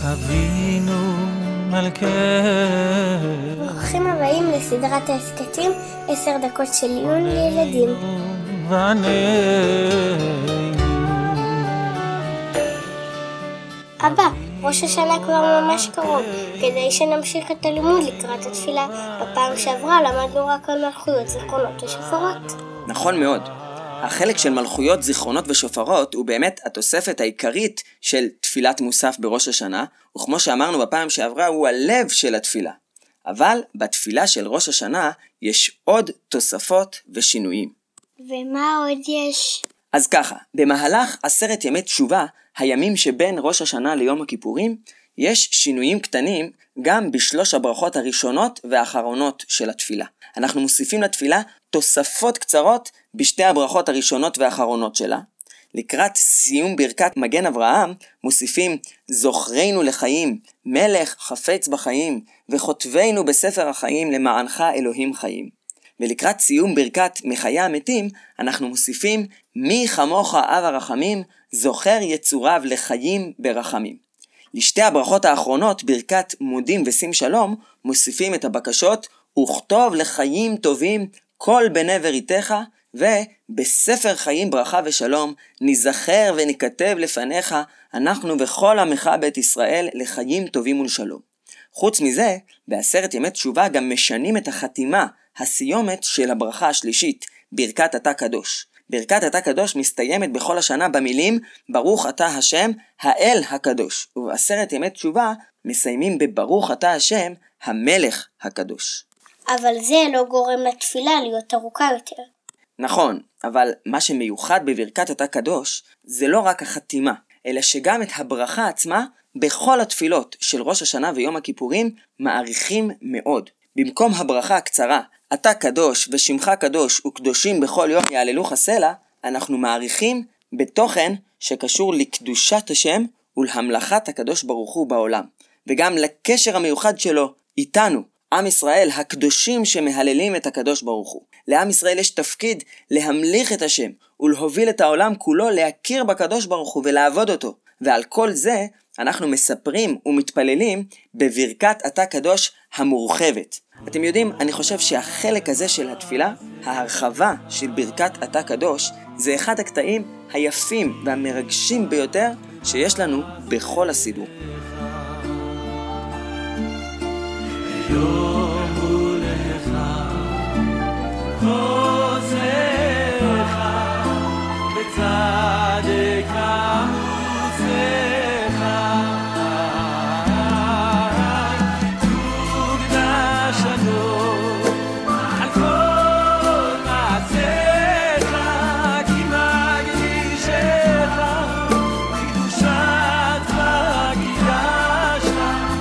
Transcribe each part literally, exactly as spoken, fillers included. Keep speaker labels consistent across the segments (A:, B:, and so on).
A: אבינו מלכנו.
B: ברוכים הבאים לסדרת ההסכתים עשר דקות של עיון לילדים. אבא, ראש השנה כבר ממש קרוב. כדי שנמשיך את הלימוד לקראת התפילה. בפעם שעברה למדנו רק על מלכויות, זיכרונות ושופרות.
C: נכון מאוד. החלק של מלכויות, זיכרונות ושופרות הוא באמת התוספת העיקרית של תפילת מוסף בראש השנה, וכמו שאמרנו בפעם שעברה הוא הלב של התפילה. אבל בתפילה של ראש השנה יש עוד תוספות ושינויים.
B: ומה עוד יש?
C: אז ככה, במהלך עשרת ימי תשובה, הימים שבין ראש השנה ליום הכיפורים, יש שינויים קטנים גם בשלוש הברכות הראשונות והאחרונות של התפילה. אנחנו מוסיפים לתפילה תוספות קצרות בשתי הברכות הראשונות והאחרונות שלה. לקראת סיום ברכת מגן אברהם מוסיפים זוכרנו לחיים, מלך חפץ בחיים, וכותבנו בספר החיים למענך אלוהים חיים. ולקראת סיום ברכת מחיי המתים אנחנו מוסיפים מי כמוך אב הרחמים, זוכר יצוריו לחיים ברחמים. לשתי הברכות האחרונות, ברכת מודים ושים שלום, מוסיפים את הבקשות וכתוב לחיים טובים כל בני בריתך, ובספר חיים ברכה ושלום נזכר ונכתב לפניך אנחנו וכל עמך בית ישראל לחיים טובים ולשלום. חוץ מזה, בעשרת ימי תשובה גם משנים את החתימה, הסיומת של הברכה השלישית, ברכת אתה קדוש. ברכת אתה קדוש מסתיימת בכל השנה במילים ברוך אתה השם האל הקדוש, ובעשרת ימי תשובה מסיימים בברוך אתה השם המלך הקדוש.
B: אבל זה לא גורם לתפילה להיות ארוכה יותר.
C: נכון, אבל מה שמיוחד בברכת אתה קדוש זה לא רק החתימה, אלא שגם את הברכה עצמה בכל התפילות של ראש השנה ויום הכיפורים מעריכים מאוד. במקום הברכה הקצרה, אתה קדוש ושמך קדוש וקדושים בכל יום יעללוך הסלע, אנחנו מעריכים בתוכן שקשור לקדושת השם ולהמלכת הקדוש ברוך הוא בעולם. וגם לקשר המיוחד שלו איתנו, עם ישראל, הקדושים שמהללים את הקדוש ברוך הוא. לעם ישראל יש תפקיד להמליך את השם ולהוביל את העולם כולו להכיר בקדוש ברוך הוא ולעבוד אותו. ועל כל זה אנחנו מספרים ומתפללים בברכת אתה קדוש המורחבת. אתם יודעים, אני חושב שהחלק הזה של התפילה, ההרחבה של ברכת אתה קדוש, זה אחד הקטעים היפים והמרגשים ביותר שיש לנו בכל הסידור.
A: יום הולך חוזך בצדק עוזך תוקדשנו על כל מעשיך כי מקדישך בקדושת וקידשת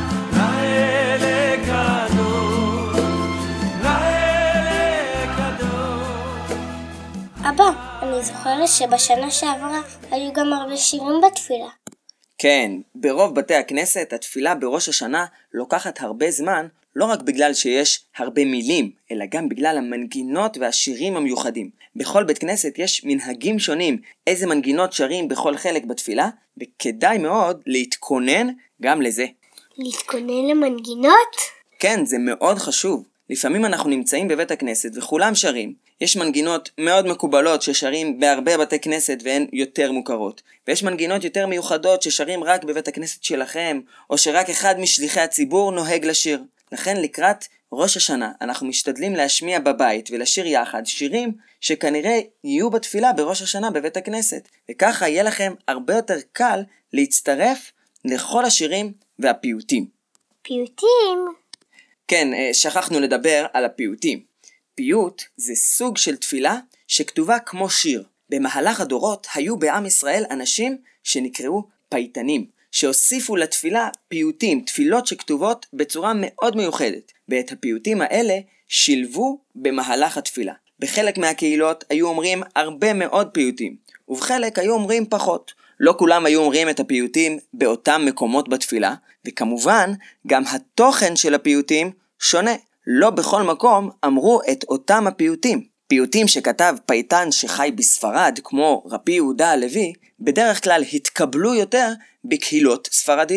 B: אבא, אני זוכרת שבשנה שעברה היו גם הרבה שירים בתפילה.
C: כן, ברוב בתי הכנסת התפילה בראש השנה לוקחת הרבה זמן, לא רק בגלל שיש הרבה מילים, אלא גם בגלל המנגינות והשירים המיוחדים. בכל בית כנסת יש מנהגים שונים, איזה מנגינות שרים בכל חלק בתפילה, וכדאי מאוד להתכונן גם לזה.
B: להתכונן למנגינות?
C: כן, זה מאוד חשוב. לפעמים אנחנו נמצאים בבית הכנסת וכולם שרים. יש מנגינות מאוד מקובלות ששרים בהרבה בתי כנסת והן יותר מוכרות. ויש מנגינות יותר מיוחדות ששרים רק בבית הכנסת שלכם, או שרק אחד משליחי הציבור נוהג לשיר. לכן לקראת ראש השנה אנחנו משתדלים להשמיע בבית ולשיר יחד שירים שכנראה יהיו בתפילה בראש השנה בבית הכנסת. וככה יהיה לכם הרבה יותר קל להצטרף לכל השירים והפיוטים.
B: פיוטים?
C: כן, שכחנו לדבר על הפיוטים. פיוט זה סוג של תפילה שכתובה כמו שיר. במהלך הדורות היו בעם ישראל אנשים שנקראו פייטנים, שהוסיפו לתפילה פיוטים, תפילות שכתובות בצורה מאוד מיוחדת. ואת הפיוטים האלה שילבו במהלך התפילה. בחלק מהקהילות היו אומרים הרבה מאוד פיוטים, ובחלק היו אומרים פחות. לא כולם היו אומרים את הפיוטים באותם מקומות בתפילה, וכמובן גם התוכן של הפיוטים שונה. לא בכל מקום אמרו את אותם הפיוטים. פיוטים שכתב פייטן שחי בספרד, כמו רבי יהודה הלוי, בדרך כלל התקבלו יותר בקהילות ספרדיות.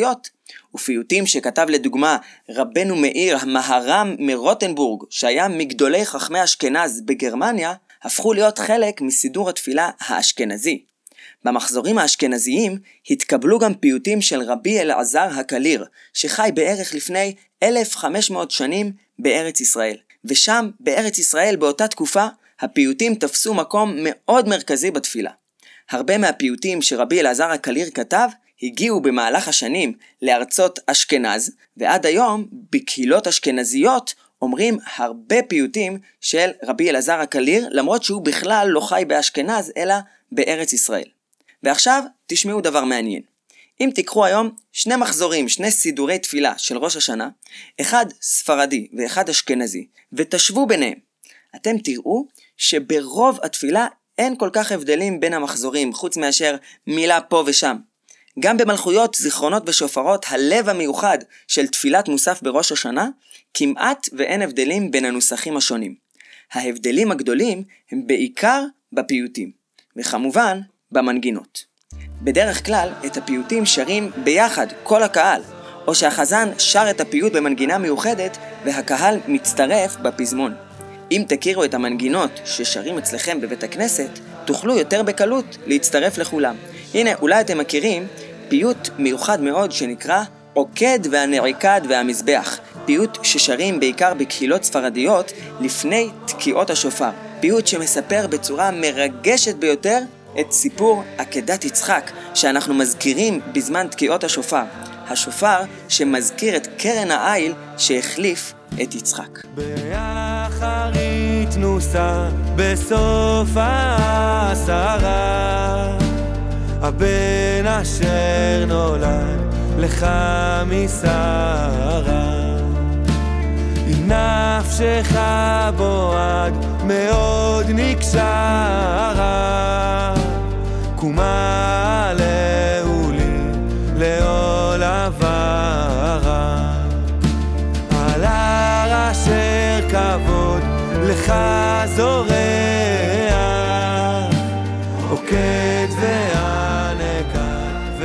C: ופיוטים שכתב לדוגמה רבנו מאיר המהר"ם מרוטנבורג, שהיה מגדולי חכמי אשכנז בגרמניה, הפכו להיות חלק מסידור התפילה האשכנזי. במחזורים האשכנזיים התקבלו גם פיוטים של רבי אלעזר הקליר, שחי בערך לפני אלף וחמש מאות שנים בארץ ישראל. ושם, בארץ ישראל באותה תקופה, הפיוטים תפסו מקום מאוד מרכזי בתפילה. הרבה מהפיוטים שרבי אלעזר הקליר כתב, הגיעו במהלך השנים לארצות אשכנז, ועד היום בקהילות אשכנזיות אומרים הרבה פיוטים של רבי אלעזר הקליר, למרות שהוא בכלל לא חי באשכנז אלא בארץ ישראל. ועכשיו תשמעו דבר מעניין. אם תיקחו היום שני מחזורים, שני סידורי תפילה של ראש השנה, אחד ספרדי ואחד אשכנזי, ותשוו ביניהם, אתם תראו שברוב התפילה אין כל כך הבדלים בין המחזורים, חוץ מאשר מילה פה ושם. גם במלכויות, זיכרונות ושופרות, הלב המיוחד של תפילת מוסף בראש השנה, כמעט ואין הבדלים בין הנוסחים השונים. ההבדלים הגדולים הם בעיקר בפיוטים, וכמובן במנגינות. בדרך כלל את הפיוטים שרים ביחד כל הקהל, או שהחזן שר את הפיוט במנגינה מיוחדת והקהל מצטרף בפזמון. אם תכירו את המנגינות ששרים אצלכם בבית הכנסת, תוכלו יותר בקלות להצטרף לכולם. הנה, אולי אתם מכירים פיוט מיוחד מאוד שנקרא עוקד והנעיקד והמזבח. פיוט ששרים בעיקר בקהילות ספרדיות לפני תקיעות השופר. פיוט שמספר בצורה מרגשת ביותר את סיפור עקדת יצחק שאנחנו מזכירים בזמן תקיעות השופר. השופר שמזכיר את קרן העיל שהחליף את יצחק.
A: באחרית נוסה בסוף העשרה, הבן אשר נולד לך משרה, אם נפשך בועד מאוד נקשרה, קומה לעולי לעול עברה, על הר אשר כבוד לך זורח, עוקד והנקד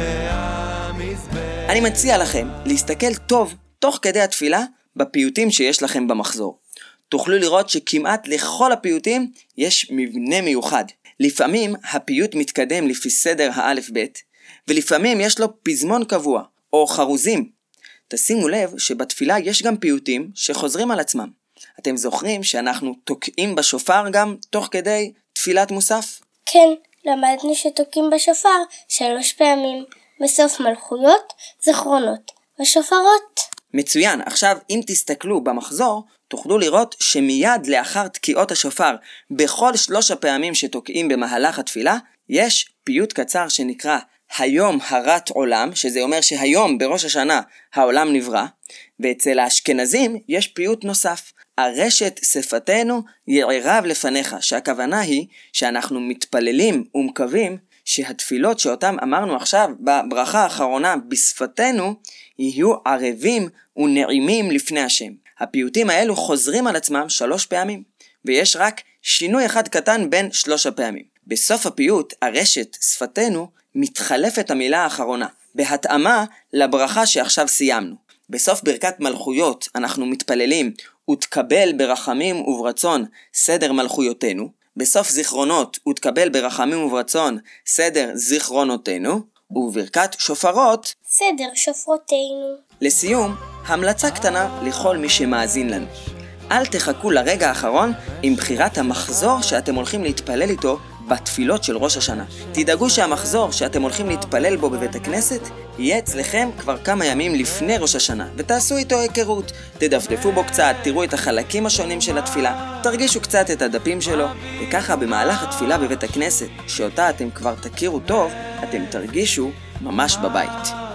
A: והמזבח.
C: אני מציע לכם להסתכל טוב תוך כדי התפילה בפיוטים שיש לכם במחזור. תוכלו לראות שכמעט לכל הפיוטים יש מבנה מיוחד. לפעמים הפיוט מתקדם לפי סדר האלף בית, ולפעמים יש לו פזמון קבוע, או חרוזים. תשימו לב שבתפילה יש גם פיוטים שחוזרים על עצמם. אתם זוכרים שאנחנו תוקעים בשופר גם תוך כדי תפילת מוסף?
B: כן, למדנו שתוקעים בשופר שלוש פעמים, בסוף מלכויות, זיכרונות ושופרות.
C: מצוין, עכשיו אם תסתכלו במחזור, תוכלו לראות שמיד לאחר תקיעות השופר, בכל שלוש הפעמים שתוקעים במהלך התפילה, יש פיוט קצר שנקרא היום הרת עולם, שזה אומר שהיום בראש השנה העולם נברא, ואצל האשכנזים יש פיוט נוסף, הרשת שפתנו יערב לפניך, שהכוונה היא שאנחנו מתפללים ומקווים שהתפילות שאותם אמרנו עכשיו בברכה האחרונה בשפתנו, יהיו ערבים ונעימים לפני השם. הפיוטים האלו חוזרים על עצמם שלוש פעמים, ויש רק שינוי אחד קטן בין שלוש הפעמים. בסוף הפיוט, הרשת שפתנו, מתחלפת המילה האחרונה, בהתאמה לברכה שעכשיו סיימנו. בסוף ברכת מלכויות אנחנו מתפללים, ותקבל ברחמים וברצון סדר מלכויותינו. בסוף זיכרונות, ותקבל ברחמים וברצון סדר זיכרונותינו. ובברכת שופרות,
B: סדר שופרותינו.
C: לסיום, המלצה קטנה לכל מי שמאזין לנו. אל תחכו לרגע האחרון עם בחירת המחזור שאתם הולכים להתפלל איתו בתפילות של ראש השנה. תדאגו שהמחזור שאתם הולכים להתפלל בו בבית הכנסת יהיה אצלכם כבר כמה ימים לפני ראש השנה, ותעשו איתו היכרות. תדפדפו בו קצת, תראו את החלקים השונים של התפילה, תרגישו קצת את הדפים שלו, וככה במהלך התפילה בבית הכנסת, שאותה אתם כבר תכירו טוב, אתם תרגישו ממש בבית.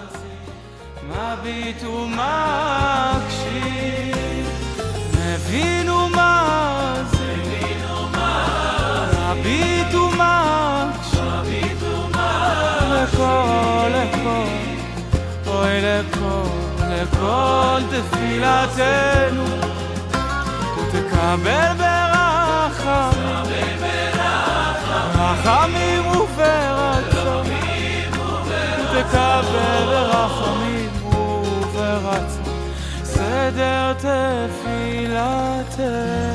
A: מביט ומקשיב, מבינו מה זה, מביט ומקשיב, לכל, לכל, אוי לכל, לכל תפילתנו, ותקבל ברחמים, רחמים וברצון, ותקבל ברחמים סדר תפילתנו.